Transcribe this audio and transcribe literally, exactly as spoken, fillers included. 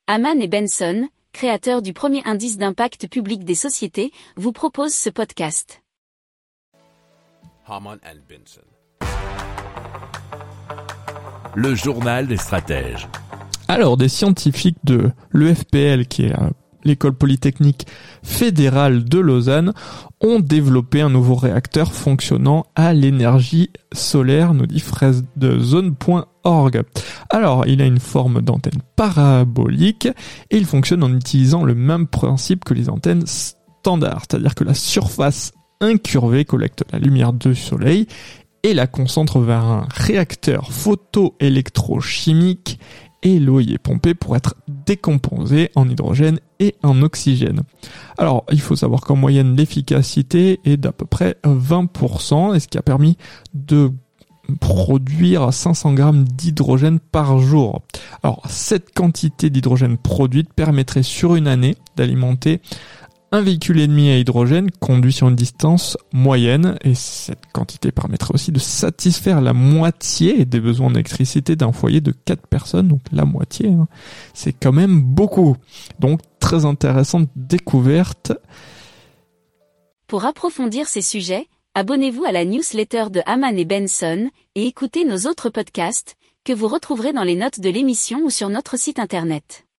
Hamann et Benson, créateurs du premier indice d'impact public des sociétés, vous proposent ce podcast. Hamann and Benson. Le journal des stratèges. Alors, des scientifiques de l'E F P L, qui est l'école polytechnique fédérale de Lausanne, ont développé un nouveau réacteur fonctionnant à l'énergie solaire, nous dit fraise de zone point org. Alors, il a une forme d'antenne parabolique et il fonctionne en utilisant le même principe que les antennes standards, c'est-à-dire que la surface incurvée collecte la lumière du soleil et la concentre vers un réacteur photoélectrochimique et l'eau y est pompée pour être décomposée en hydrogène et en oxygène. Alors, il faut savoir qu'en moyenne, l'efficacité est d'à peu près vingt pour cent, et ce qui a permis de produire cinq cents grammes d'hydrogène par jour. Alors, cette quantité d'hydrogène produite permettrait sur une année d'alimenter un véhicule et demi à hydrogène conduit sur une distance moyenne, et cette quantité permettrait aussi de satisfaire la moitié des besoins d'électricité d'un foyer de quatre personnes, donc la moitié, hein. C'est quand même beaucoup. Donc très intéressante découverte. Pour approfondir ces sujets, abonnez-vous à la newsletter de Hamann et Benson et écoutez nos autres podcasts que vous retrouverez dans les notes de l'émission ou sur notre site internet.